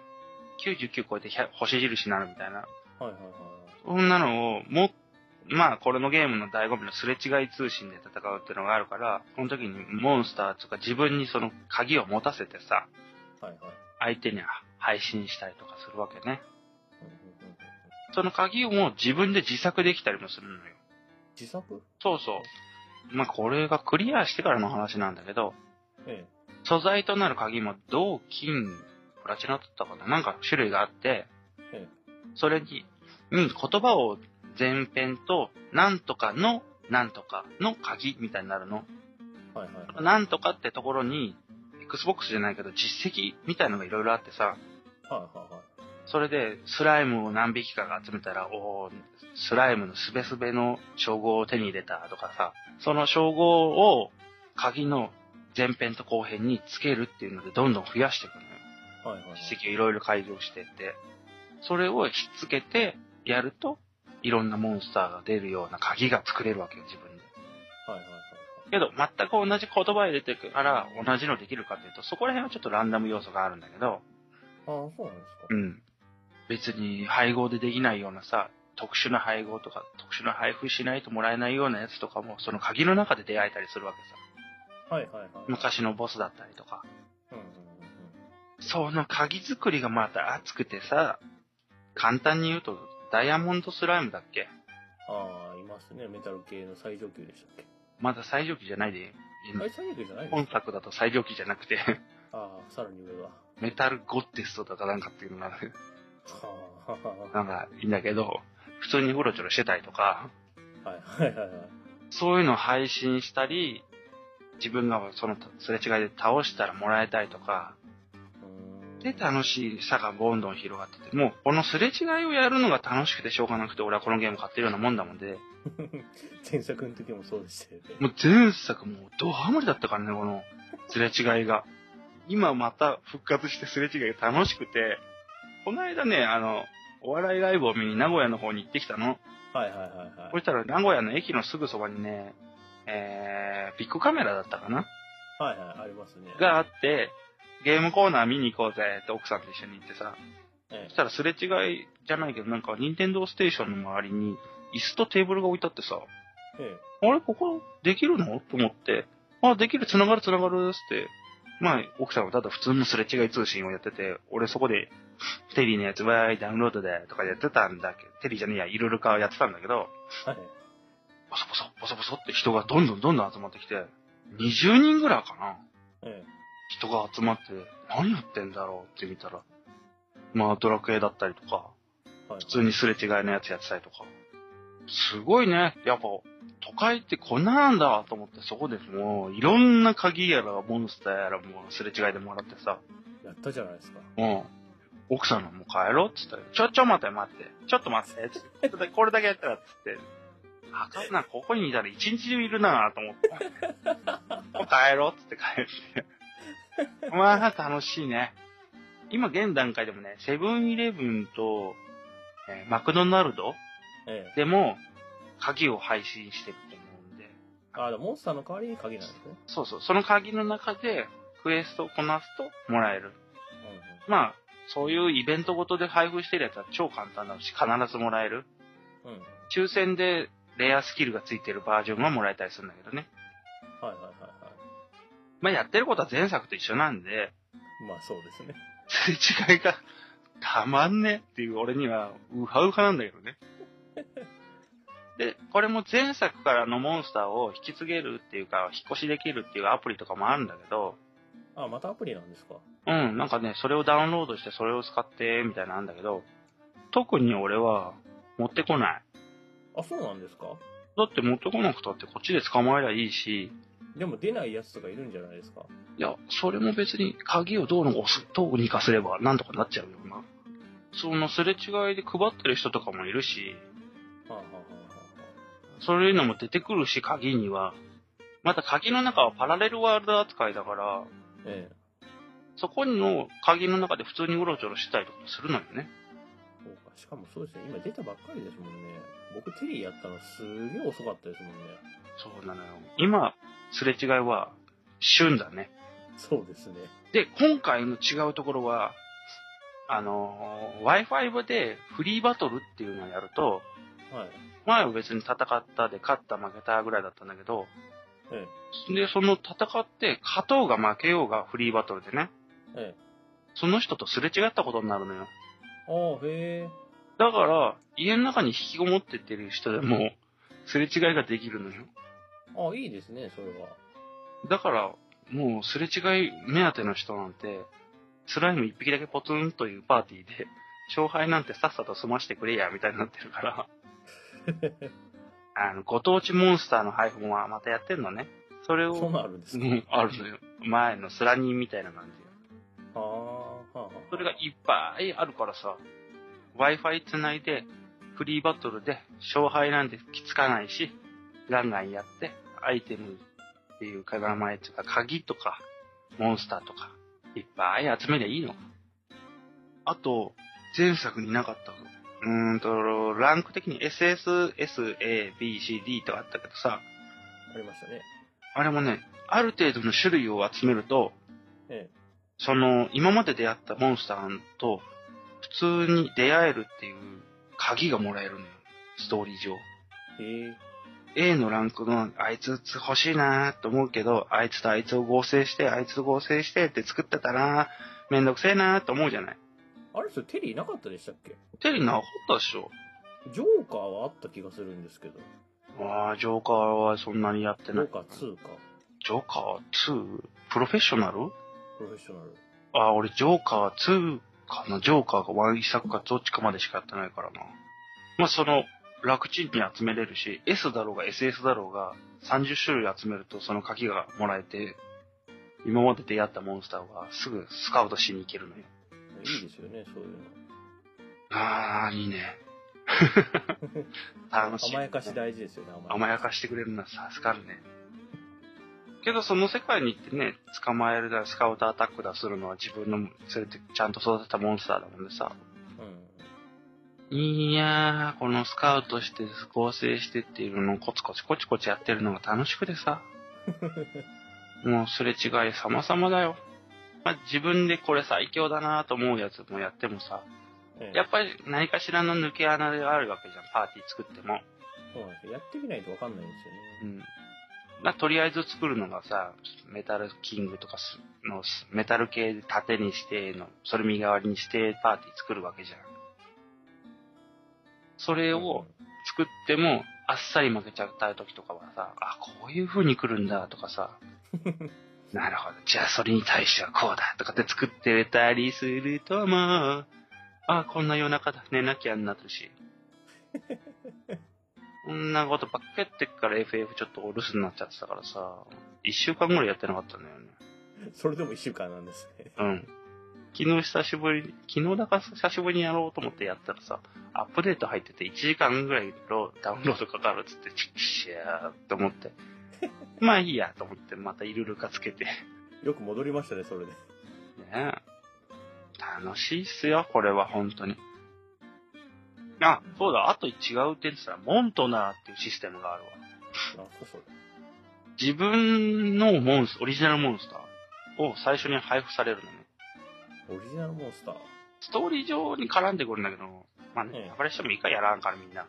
、99超えて星印になるみたいな。
はいはいはい。
そんなのを、まあ、これのゲームの醍醐味のすれ違い通信で戦うっていうのがあるから、この時にモンスターとか自分にその鍵を持たせてさ、
はいはい。
相手に配信したりとかするわけね。
うんうんうんうん、
その鍵をもう自分で自作できたりもするのよ。
自作？
そうそう。まあ、これがクリアしてからの話なんだけど、
ええ。
素材となる鍵も銅、金、プラチナだったかな、なんか種類があって、
ええ。
それに、言葉を前編と、なんとかの鍵みたいになるの。
はいはいはい。
なんとかってところに、Xbox じゃないけど実績みたいのがいろいろあってさ、
はいはいはい。
それでスライムを何匹かが集めたら、スライムのすべすべの称号を手に入れたとかさ、その称号を鍵の前編と後編につけるっていうのでどんどん増やしていくのよ。
はいはいはい。
実績をいろいろ改良してって、それをひっつけてやると、いろんなモンスターが出るような鍵が作れるわけよ、自分で。
はいはいはい。
けど、全く同じ言葉で出てくるから同じのできるかというと、そこら辺はちょっとランダム要素があるんだけど、
ああ、そうなんですか。
うん。別に配合でできないようなさ、特殊な配合とか、特殊な配布しないともらえないようなやつとかも、その鍵の中で出会えたりするわけさ。
はいはいはい。
昔のボスだったりとか。
うんうんうんうん。
その鍵作りがまた熱くてさ、簡単に言うと、ダイヤモンドスライムだっけ？
ああ、いますね。メタル系の最上級でしたっけ？
まだ最上級じゃないで。
あれ最上級じゃないですか？
本作だと最上級じゃなくて
ああ、さらに上は。
メタルゴッテストとかなんかっていうのがある。
はあ、
なんかいいんだけど、普通にうろちょろしてたりとか、
はいはいはいはい。
そういうのを配信したり、自分がそのすれ違いで倒したらもらえたりとか、で楽しさがどんどん広がってて、もうこのすれ違いをやるのが楽しくてしょうがなくて、俺はこのゲーム買ってるようなもんだもんで。
前作の時もそうでしたよね。
もう前作もうドハマりだったからね、このすれ違いが。今また復活してすれ違いが楽しくて、この間ね、お笑いライブを見に名古屋の方に行ってきたの。
はいはいはいはい。
そしたら名古屋の駅のすぐそばにね、ビッグカメラだったかな？
はいはい、ありますね。
があって、ゲームコーナー見に行こうぜって奥さんと一緒に行ってさ、そしたらすれ違いじゃないけど、なんか、ニンテンドーステーションの周りに、椅子とテーブルが置いてあってさ、あれここできるのと思って、あ、できる、繋がるつって、まあ、奥さんはただ普通のすれ違い通信をやってて、俺そこで、テリーのやつ、わーい、ダウンロードで、とかやってたんだけど、テリーじゃねえや、いろいろかやってたんだけど、
はい。
ボソボソって人がどんどん集まってきて、20人ぐらいかな。人が集まって、何やってんだろうって見たら、まあドラクエだったりとか、普通にすれ違いのやつやってたりとか。すごいね。やっぱ、都会ってこんななんだと思って、そこでもう、いろんな鍵やら、モンスターやら、もうすれ違いでもらってさ。
やったじゃないですか。
奥さんがもう帰ろうって言ったら、ちょ待って、ちょっと待って、つって、これだけやったら、つって、あかんな、ここにいたら一日中いるなと思って。もう帰ろうっつって帰って。まあ、楽しいね。今現段階でもね、セブンイレブンと、マクドナルドでも、鍵を配信してると思うんで。
ああ、モンスターの代わりに鍵なんですね。
そう。その鍵の中で、クエストをこなすともらえる。まあ、そういうイベントごとで配布してるやつは超簡単だし、必ずもらえる。抽選でレアスキルがついてるバージョンはもらえたりするんだけどね。まあ、やってることは前作と一緒なんで。
まあ、そうですね。
すれ違いがたまんねっていう俺にはウハウハなんだけどね。で、これも前作からのモンスターを引き継げるっていうか、引っ越しできるっていうアプリとかもあるんだけど、
あ、またアプリなんですか？
うん、なんかね、それをダウンロードしてそれを使って、みたいなんだけど、特に俺は持ってこない。
あ、そうなんですか？
だって持ってこなくたってこっちで捕まえりゃいいし。
でも出ないやつとかいるんじゃないですか？
いや、それも別に鍵をどうにかすればなんとかなっちゃうよな。そのすれ違いで配ってる人とかもいるし、
はあ、はあはあは
そういうのも出てくるし、鍵には。また鍵の中はパラレルワールド扱いだから、
ええ。
そこの鍵の中で普通にうろちょろしたりとかするのよね。
そうか。しかもそうですね。今出たばっかりですもんね。僕テリーやったのすげえ遅かったですもんね。
そうなのよ。今、すれ違いは、旬だね。
そうですね。
で、今回の違うところは、Wi-Fi でフリーバトルっていうのをやると、
はい。
前は別に戦ったで勝った負けたぐらいだったんだけど、
え
で、その戦って勝とうが負けようがフリーバトルでね、
え。ええ。
その人とすれ違ったことになるのよ。
ああ、へえ。
だから、家の中に引きこもってってる人でも、すれ違いができるのよ。
ああ、いいですね、それは。
だから、もうすれ違い目当ての人なんて、スライム一匹だけポツンというパーティーで、勝敗なんてさっさと済ましてくれや、みたいになってるから。ご当地モンスターの配布もまたやってんのね。それを、
そんなんあるんですか？
あるのよ。前のスラニンみたいな感じ
はあ、はあ、はあ。
それがいっぱいあるからさ、Wi-Fi つないで、フリーバトルで、勝敗なんてきつかないし、ガンガンやって、アイテムっていうか名前とか、鍵とか、モンスターとか、いっぱい集めりゃいいの。あと、前作になかったランク的に SS、S、A、B、C、D とかあったけどさ、
ありましたね。
あれもね、ある程度の種類を集めると、
ええ。
今まで出会ったモンスターと、普通に出会えるっていう鍵がもらえるのよ。ストーリー上。
へ
A
え。
のランクのあいつ欲しいなーと思うけど、あいつとあいつを合成して、あいつと合成してって作ってたなー、めんどくせえなーと思うじゃない。
あれ、それテリーなかったでしたっけ？
テリーなかったでしょ。
ジョーカーはあった気がするんですけど。
ああ、ジョーカーはそんなにやってない。
ジョーカー2か。
ジョーカー 2? プロフェッショナル？
プロフェッショナル。
ああ、俺ジョーカー2かな。ジョーカーが1作かどっちかまでしかやってないからな。まあ楽ちんに集めれるし、S だろうが SS だろうが30種類集めるとその鍵がもらえて、今まで出会ったモンスターがすぐスカウトしに行けるのよ。
いいですよね、そういうの。
ああ、いいね。楽しい、ね。
甘やかし大事ですよね、
甘やかしてくれるのは助かるね。けどその世界に行ってね、捕まえるだ、スカウトアタックだするのは自分の連れてちゃんと育てたモンスターだもんでさ。
うん。
いやー、このスカウトして合成してっていうのをコツコツやってるのが楽しくてさ。もうすれ違い様々だよ。まあ、自分でこれ最強だなと思うやつもやってもさ、やっぱり何かしらの抜け穴があるわけじゃん、パーティー作っても。
そうなんですよ。やってみないとわかんないんですよね。
とりあえず作るのがさ、メタルキングとかの、メタル系で縦にしての、それ身代わりにしてパーティー作るわけじゃん。それを作っても、あっさり負けちゃった時とかはさ、あ、こういう風に来るんだとかさ、なるほど、じゃあそれに対してはこうだとかって作ってたりするともう、あ、こんな夜中だ、寝なきゃになるし。こんなことばっかやってっから FF ちょっとお留守になっちゃってたからさ、1週間ぐらいやってなかったんだよね。
それでも1週間なんですね。
うん。昨日久しぶりにやろうと思ってやったらさ、アップデート入ってて1時間ぐらいダウンロードかかるっつって、チッシャーって思って。まあいいやと思って、またイルルカつけて。
よく戻りましたね、それで。ね
え。楽しいっすよ、これは本当に。あ、そうだ、あと違う点ってさ、モントナーっていうシステムがあるわ。
なんすかそれ。
自分のオリジナルモンスターを最初に配布されるのね。
オリジナルモンスター。
ストーリー上に絡んでくるんだけど、まあね、暴れしてもいいかやらんからみんな。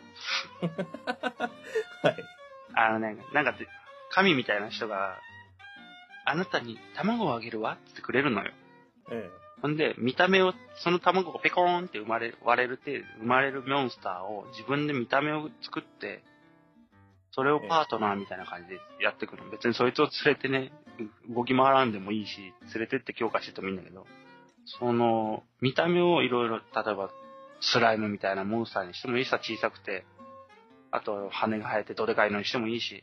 はい。
なんか、神みたいな人が、あなたに卵をあげるわってくれるのよ。
ええ。
ほんで、見た目を、その卵がペコーンって生まれるモンスターを自分で見た目を作って、
それをパートナーみたいな感じでやってくる。別にそいつを連れてね、動き回らんでもいいし、連れてって強化しててもいいんだけど、見た目をいろいろ、例えば、スライムみたいなモンスターにしてもいいしさ、小さくて、あと、羽が生えてどでかいのにしてもいいし、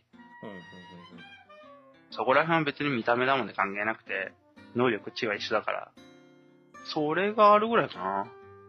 そこら辺は別に見た目だもんで関係なくて、能力値は一緒だから、それがあるぐらいかな。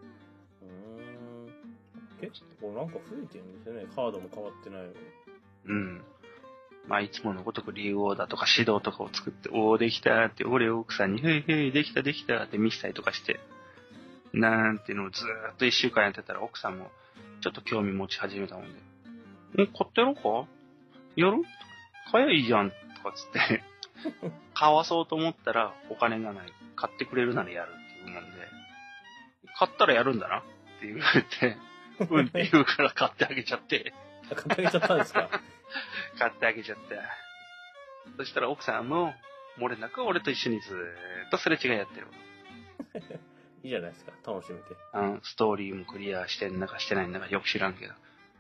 結構なんか増えてるんですよね。カードも変わってないのに。
うん。まあ、いつものごとく竜王だとか指導とかを作って、おー、できたって、俺奥さんに、へいへい、できたできたって見せたりとかして、なんていうのをずーっと1週間やってたら奥さんもちょっと興味持ち始めたもんで、買ってやろうかやる買えばいいじゃんとかつって、買わそうと思ったらお金がない。買ってくれるならやるっていうもんで、買ったらやるんだなって言われて、うんって言うから買ってあげちゃって。
買ってあげちゃったんですか？
買ってあげちゃって。そしたら奥さんも漏れなく俺と一緒にずーっとすれ違いやってる。
いいじゃないですか。楽しめて。
ストーリーもクリアしてんだかしてないんだかよく知らんけど。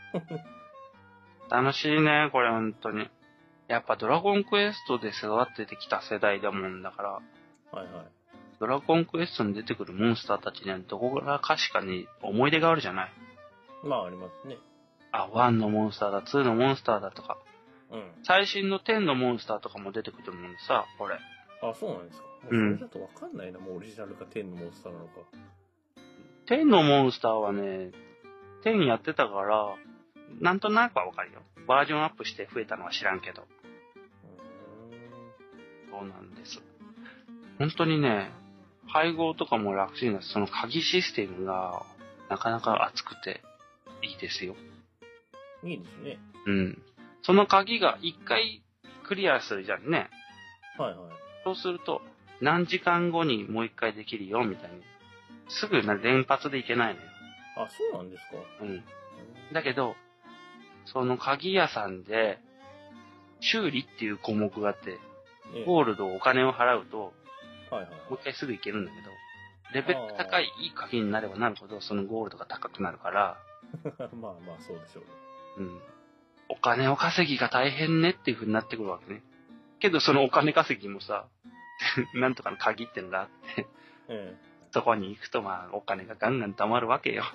楽しいね、これ本当に。やっぱドラゴンクエストで育ててきた世代だもんだから。
はいはい。
ドラゴンクエストに出てくるモンスターたちにはどこからかしかに思い出があるじゃない。
まあありますね。
1のモンスターだ、2のモンスターだとか。
うん。
最新の10のモンスターとかも出てくるもんでさ、これ。
あ、そうなんですか。もうそれだとわかんないな、もうオリジナルか10のモンスターなのか。
10のモンスターはね、10やってたから、なんとなくはわかるよ。バージョンアップして増えたのは知らんけど。そうなんです。本当にね、配合とかも楽ちんだし、その鍵システムがなかなか熱くていいですよ。
いいですね。
うん。その鍵が一回クリアするじゃんね。
はいはい。
そうすると、何時間後にもう一回できるよ、みたいに。すぐ連発でいけないのよ。
あ、そうなんですか。
うん。だけど、その鍵屋さんで、修理っていう項目があって、ゴールドお金を払うと、
はいはい、
もう一回すぐ行けるんだけど、レベル高いいい鍵になればなるほど、そのゴールドが高くなるから、
まあまあそうでしょうね。
うん。お金を稼ぎが大変ねっていう風になってくるわけね。けどそのお金稼ぎもさ、なんとかの鍵ってのがあって、そこに行くとまあお金がガンガン貯まるわけよ。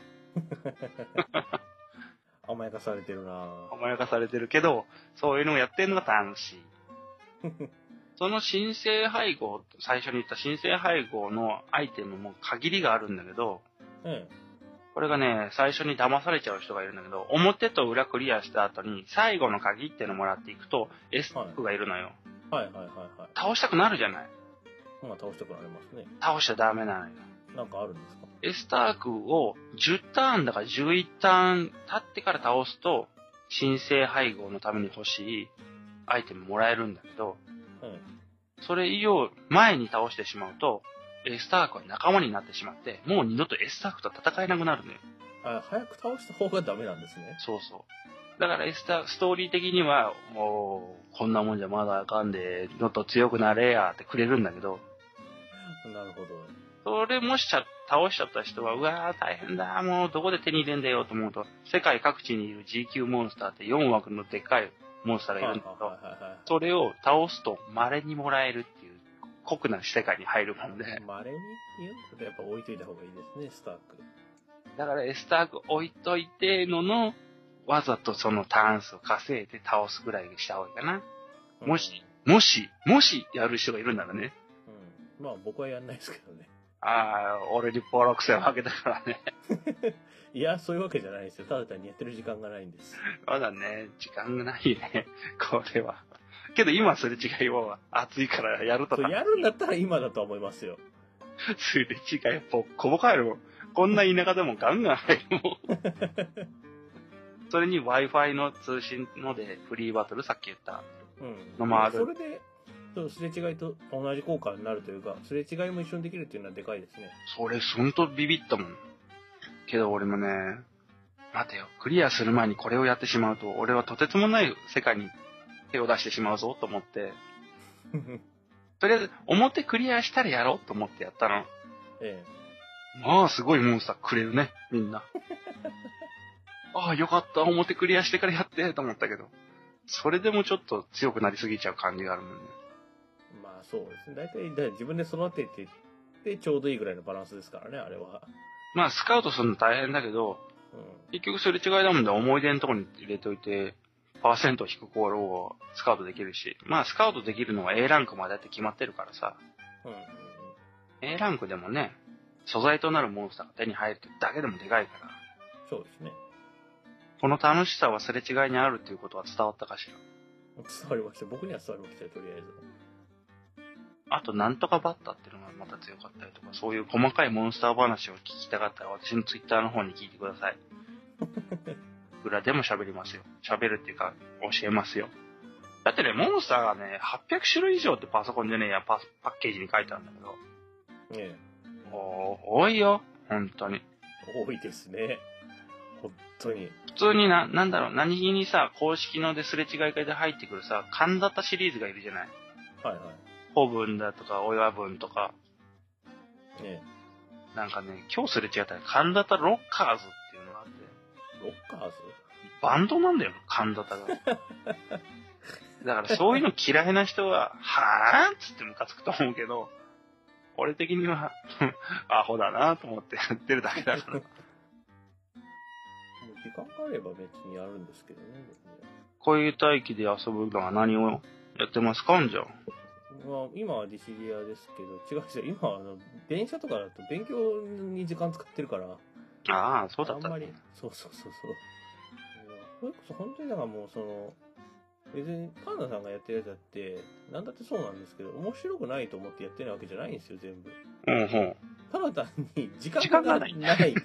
甘やかされてるなぁ。
甘やかされてるけど、そういうのをやってるのが楽しい。その新生配合、最初に言った新生配合のアイテムも限りがあるんだけど、これがね、最初に騙されちゃう人がいるんだけど、表と裏クリアした後に最後の鍵っていうのもらっていくと、エスタックがいるのよ。
はいはいはいはい。
倒したくなるじゃない。
まあ倒したくなりますね。
倒しちゃダメなのよ。
なんかあるんですか？
エスタークを10ターンだから11ターン経ってから倒すと、新生配合のために欲しいアイテムもらえるんだけど、それ以上前に倒してしまうと、エスタークは仲間になってしまって、もう二度とエスタークと戦えなくなるのよ。
あ、早く倒した方がダメなんですね。
そうそう。だからストーリー的には、もう、こんなもんじゃまだあかんで、もっと強くなれやってくれるんだけど。
なるほど。
それも倒しちゃった人は、うわー大変だ、もうどこで手に入れんだよと思うと、世界各地にいる G 級モンスターって4枠のでっかいモンスターがいるんだけど、それを倒すと稀にもらえるっていう酷な世界に入るもんで。
稀に言うとやっぱ置いといた方がいいですね、スターク。
だからエスターク置いといてのわざとそのターン数を稼いで倒すぐらいにした方がいいかな。もしやる人がいるんならね。
まあ僕はやんないですけどね。
ああ、俺にボロクセをかけたからね。
いや、そういうわけじゃないですよ。ただ単にやってる時間がないんです。
そうだね。時間がないね。これは。けど今すれ違いは暑いからやると
やるんだったら今だと思いますよ。
すれ違いボッコボコ入るもん。こんな田舎でもガンガン入るもん。それに Wi-Fi の通信のでフリーバトルさっき言ったのもある。
それで、すれ違いと同じ効果になるというか、すれ違いも一緒にできるっていうのはでかいですね。
それほんとビビったもん。けど俺もね、待てよ、クリアする前にこれをやってしまうと、俺はとてつもない世界に手を出してしまうぞと思って、とりあえず表クリアしたらやろうと思ってやったの。まあすごいモンスターくれるね、みんな。ああ、よかった、表クリアしてからやって、と思ったけど。 それでもちょっと強くなりすぎちゃう感じがあるもんね。
まあそうですね。大体自分で育ててってちょうどいいぐらいのバランスですからね、あれは。
まあスカウトするの大変だけど、結局それ違いだもんで思い出のところに入れといて、パーセントを引くコールをスカウトできるし、まあスカウトできるのは A ランクまでって決まってるからさ、A ランクでもね、素材となるモンスターが手に入るってだけでもでかいから。
そうですね。
この楽しさはすれ違いにあるっていうことは伝わったかしら。
伝わりました。僕には伝わりましたよ、とりあえず。
あと、なんとかバッタっていうのがまた強かったりとか、そういう細かいモンスター話を聞きたかったら、私のツイッターの方に聞いてください。いくらでも喋りますよ。喋るっていうか、教えますよ。だってね、モンスターがね、800種類以上ってパソコンでね、パッケージに書いてあるんだけど。
ええ。
多いよ。本当に。
多いですね。本当に。
普通になんだろう、何気にさ、公式のですれ違い会で入ってくるさ、神田田シリーズがいるじゃない。
はいはい。
古文だとか、親文とか。
ね
え。なんかね、今日すれ違ったら、神田田ロッカーズっていうのがあって。
ロッカーズ？
バンドなんだよ、神田田が。だからそういうの嫌いな人は、はぁーっつってムカつくと思うけど、俺的には、アホだなと思ってやってるだけだから。もう
時間があれば別にやるんですけどね。
こういう待機で遊ぶのは何をやってますかんじゃん。
まあ、今はディシリアですけど、違うですよ。今は電車とかだと勉強に時間使ってるから。
ああ、そうだった、ね。
あんまり、そう。それこそ本当にだからもう別にパンダさんがやってるやつだって、なんだってそうなんですけど、面白くないと思ってやってるわけじゃないんですよ、全部。ただ単に時間がない。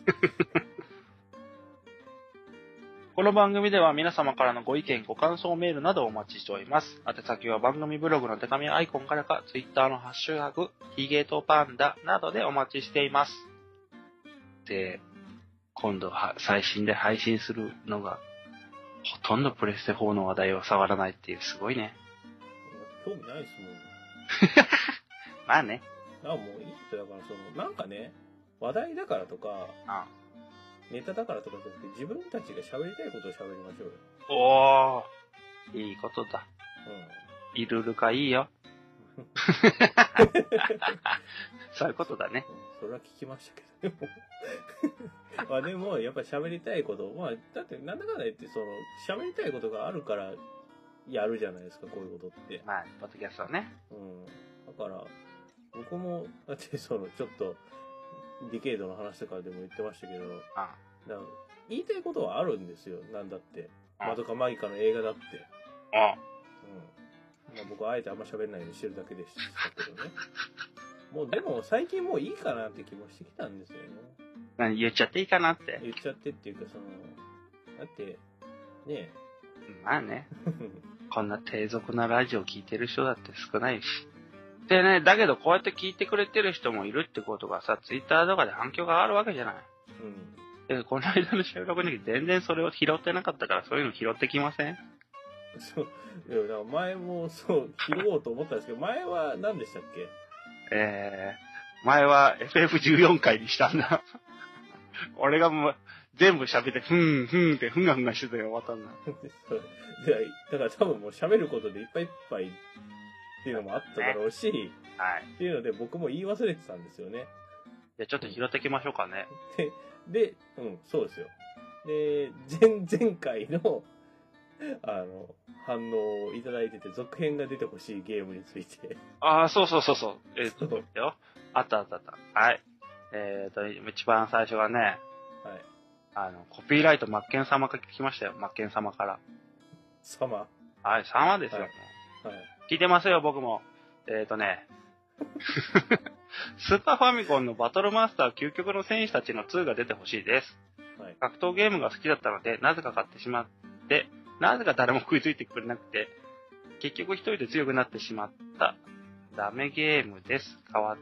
この番組では皆様からのご意見、ご感想メールなどをお待ちしております。宛先は番組ブログの手紙アイコンからか、Twitter のハッシュタグ、ヒゲとパンダなどでお待ちしています。で、今度は最新で配信するのが、ほとんどプレステ4の話題を触らないっていう、すごいね。
興味ないですもん。
まあね。
もういいってだからなんかね、話題だからとか、ネタだからとかじゃなくて、自分たちが喋りたいことを喋りましょうよ。
おー、いいことだ。いるるかいいよ。そういうことだね。
それは聞きましたけど。まあでも、やっぱり喋りたいこと、まあ、だってなんだかんだ言って喋りたいことがあるからやるじゃないですか、こういうことって。
まあ、ポッドキャストね。
だから、僕も、だってちょっと、ディケイドの話とかでも言ってましたけど、言いたいことはあるんですよ、なんだって。マドカマギカの映画だって。まあ、僕はあえてあんま喋んないようにしてるだけでしたけどね。もうでも最近もういいかなって気もしてきたんですよね。
何言っちゃっていいかなって。
言っちゃってっていうかだって、ね
まあね。こんな低俗なラジオ聞いてる人だって少ないし。でね、だけどこうやって聞いてくれてる人もいるってことがさ、ツイッターとかで反響があるわけじゃない。で、この間の収録の時全然それを拾ってなかったから、そういうの拾ってきません？
そう。いや、だから前も拾おうと思ったんですけど、前は何でしたっけ？
前は FF14 回にしたんだ。俺がもう全部喋って、ふんってふんがふんがしてたよ、終わったんだ。
だから多分もう喋ることでいっぱいいっぱいっていうのもあっただろうし、っていうので僕も言い忘れてたんですよね。
じゃあちょっと拾っていきましょうかね。
で、そうですよ。で、前回の、反応をいただいてて、続編が出てほしいゲームについて。
そう。よ。あった。はい。一番最初はね、コピーライト、マッケン様が聞きましたよ。マッケン様から。
様？
はい、様ですよ。聞いてますよ、僕も。スーパーファミコンのバトルマスター究極の戦士たちの2が出てほしいです。格闘ゲームが好きだったので、なぜか買ってしまって、なぜか誰も食いついてくれなくて、結局一人で強くなってしまった。ダメゲームです。変わって、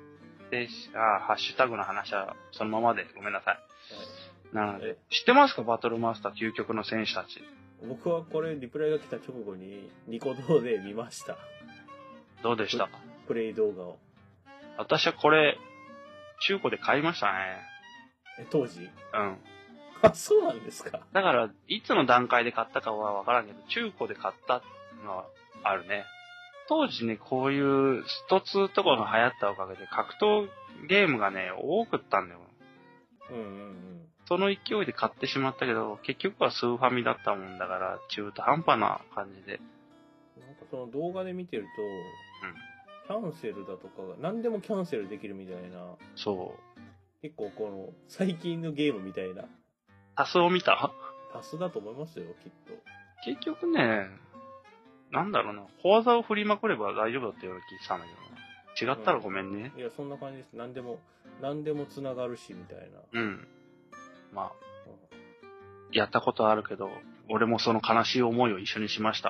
ハッシュタグの話はそのままでごめんなさい。なので、知ってますか？バトルマスター究極の戦士たち。
僕はこれ、リプライが来た直後に、ニコ動で見ました。
どうでしたか？
プレイ動画を。
私はこれ、中古で買いましたね。
当時？ あ、そうなんですか。
だから、いつの段階で買ったかはわからんけど、中古で買ったのはあるね。当時ね、こういうスト2とかが流行ったおかげで格闘ゲームがね、多くったんだよ。
うんうんうん。
その勢いで買ってしまったけど、結局はスーファミだったもんだから、中途半端な感じで。
なんかその動画で見てると、キャンセルだとかが、何でもキャンセルできるみたいな。
そう。
結構この、最近のゲームみたいな。
タスを見た？
タスだと思いますよ、きっと。
結局ね、なんだろうな、小技を振りまくれば大丈夫だったような気がしたんだけどな。違ったらごめんね。
いや、そんな感じです。何でも繋がるし、みたいな。
うん。まあ、やったことあるけど、俺もその悲しい思いを一緒にしました。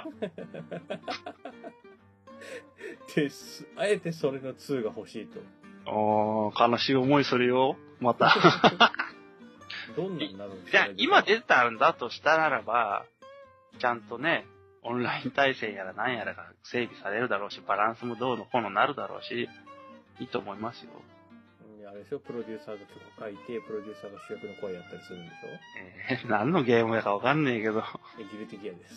あえてそれの2が欲しいと。
悲しい思いするよ。また。
どんなになるんですか？
じゃあ、今出たんだとしたならば、ちゃんとね、オンライン対戦やら何やらが整備されるだろうし、バランスもどうのこうのなるだろうし、いいと思いますよ。
あれでしょ、プロデューサーが曲書いて、プロデューサーが主役の声やったりするんでし
ょ。何のゲームやかわかんねえけど。
ギルティギアです。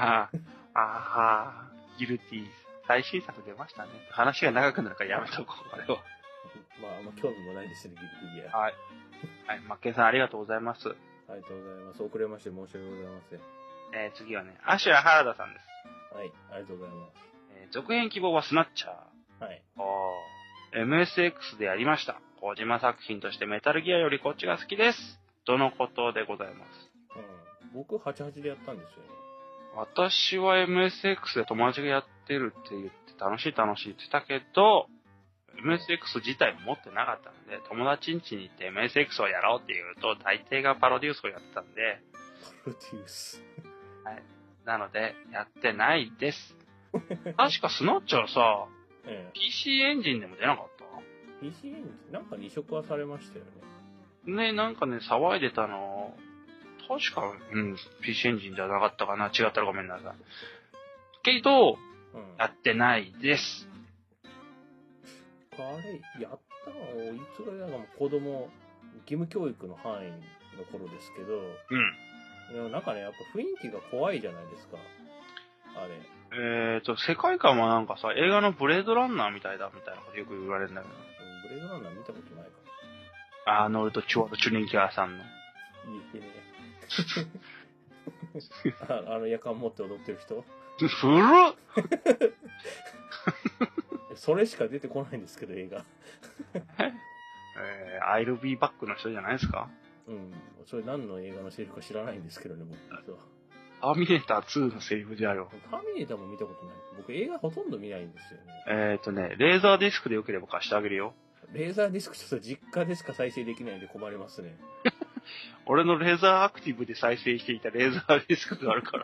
ギルティ。最新作出ましたね。話が長くなるからやめとこう、あれは。
まあ、あんま興味もないですね、ギルティギア。
はい。はい、マッケンさんありがとうございます。
ありがとうございます。遅れまして申し訳ございません。
次はね、アシュラ原田さんです。
はい、ありがとうございます。
続編希望はスナッチャー。
はい。
MSX でやりました。小島作品としてメタルギアよりこっちが好きです。とのことでございます。
僕88でやったんですよね。
私は MSX で友達がやってるって言って楽しいって言ってたけど、MSX 自体も持ってなかったので、友達ん家に行って MSX をやろうって言うと、大抵がパロデュースをやってたんで。
パロデュース。
はい。なので、やってないです。確かスナッチャーさ、PC エンジンでも出なかった？
PC エンジンなんか移植はされましたよね。
ね、なんかね、騒いでたの、確か、PC エンジンじゃなかったかな。違ったらごめんなさい。けど、やってないです。
あれ、やったのいつぐらいだかも子供、義務教育の範囲の頃ですけど、でもなんかね、やっぱ雰囲気が怖いじゃないですか。あれ。
世界観はなんかさ、映画のブレードランナーみたいだみたいなことよく言われるんだけど。
ブレードランナー見たことないか
アーノルド・チュワード・チュニンキャーさんの。
いいね。夜間持って踊ってる人
古っ
それしか出てこないんですけど、映画。
I'll be back の人じゃないですか？
それ何の映画のセリフか知らないんですけどね、僕。
ターミネーター2のセリフじゃよ。
ターミネーターも見たことない。僕映画ほとんど見ないんですよ
ね。レーザーディスクでよければ貸してあげるよ。
レーザーディスクちょっと実家でしか再生できないんで困りますね。
俺のレーザーアクティブで再生していたレーザーディスクがあるから。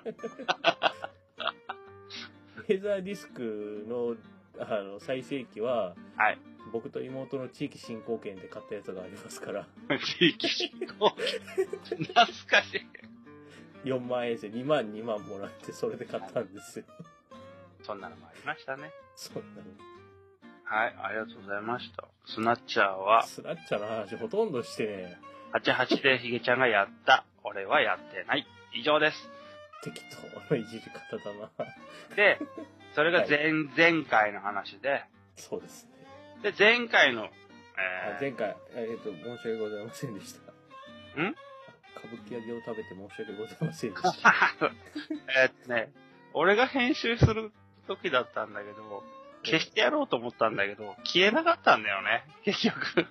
レーザーディスクの再生機は、
はい。
僕と妹の地域振興券で買ったやつがありますから。
地域振興券懐かしい。
4万円で2万もらってそれで買ったんですよ。
そんなのもありましたね。
そんなの。
はい、ありがとうございました。スナッチャーは。
スナッチャーの話ほとんどしてね。
88でヒゲちゃんがやった。俺はやってない。以上です。
適当ないじり方だな。
で、それが前回の話で。
そうです
ね。で、前回の、
前回、申し訳ございませんでした。歌舞伎揚げを食べて申し訳ございませんでした。
俺が編集する時だったんだけど、消してやろうと思ったんだけど、消えなかったんだよね、結局。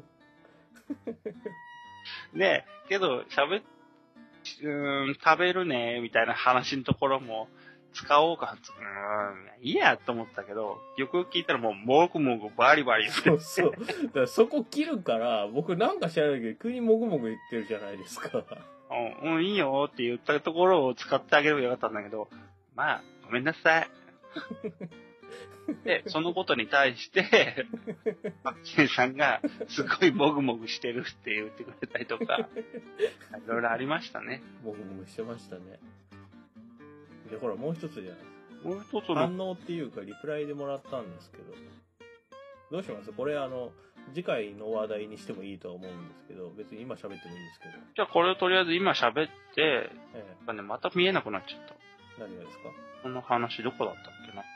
ねけど、食べるね、みたいな話のところも、使おうか、いいやと思ったけど、よく聞いたらもう、もぐもぐバリバリ。
そうそう。だからそこ切るから、僕なんか知らないけど、急にもぐもぐ言ってるじゃないですか。
いいよって言ったところを使ってあげればよかったんだけど、まあ、ごめんなさい。で、そのことに対して、マッケンさんが、すごいもぐもぐしてるって言ってくれたりとか、いろいろありましたね。
もぐもぐしてましたね。で、ほら、もう一つじゃないです
か。もう一つ
反応っていうか、リプライでもらったんですけど、どうしますこれ次回の話題にしてもいいとは思うんですけど、別に今喋ってもいいんですけど。
じゃあこれをとりあえず今喋って、また見えなくなっちゃった。
何がですか？
この話どこだったっけな。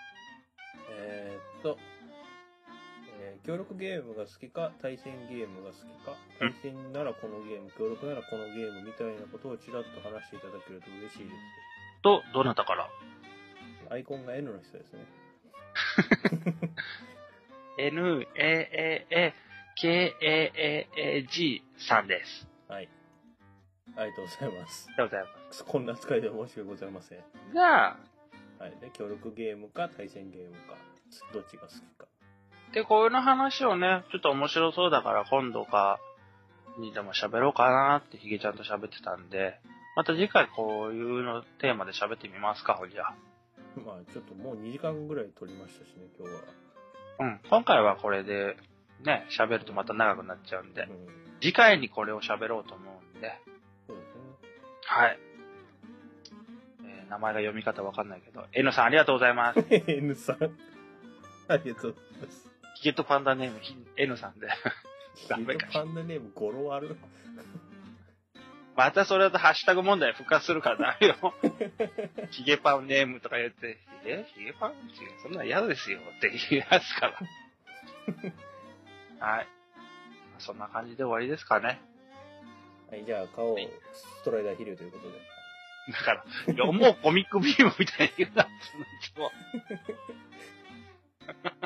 協力ゲームが好きか、対戦ゲームが好きか、対戦ならこのゲーム、協力ならこのゲームみたいなことをちらっと話していただけると嬉しいです。
と、どなたから？
アイコンが N の人ですね。
NAAAKAAG さんです。
はい。ありがとうございます。
ありがとうございます。
こんな使いで申し訳ございません。
じゃあ、
はい。で、協力ゲームか対戦ゲームか、どっちが好きか。
で、こういうの話をね、ちょっと面白そうだから今度かにでも喋ろうかなってヒゲちゃんと喋ってたんで、また次回こういうのテーマで喋ってみますか、ほいじゃ。
まあちょっともう2時間ぐらい撮りましたしね、今日は。
うん。今回はこれで、ね、喋るとまた長くなっちゃうんで、次回にこれを喋ろうと思うんで、
そうですね。
はい。名前が読み方わかんないけど、N さんありがとうございます。
N さん。ありがとうございます。
ヒゲとパンダネーム、N さんで。
ヒゲとパンダネーム語呂ある？
またそれだとハッシュタグ問題復活するからだよ。ヒゲパンネームとか言って、ヒゲパンそんなん嫌ですよって言うやつから。はい。そんな感じで終わりですかね。
はい、じゃあ顔をストライダー飛竜ということで。
だから、もうコミックビームみたいに言うなって言うのいつも。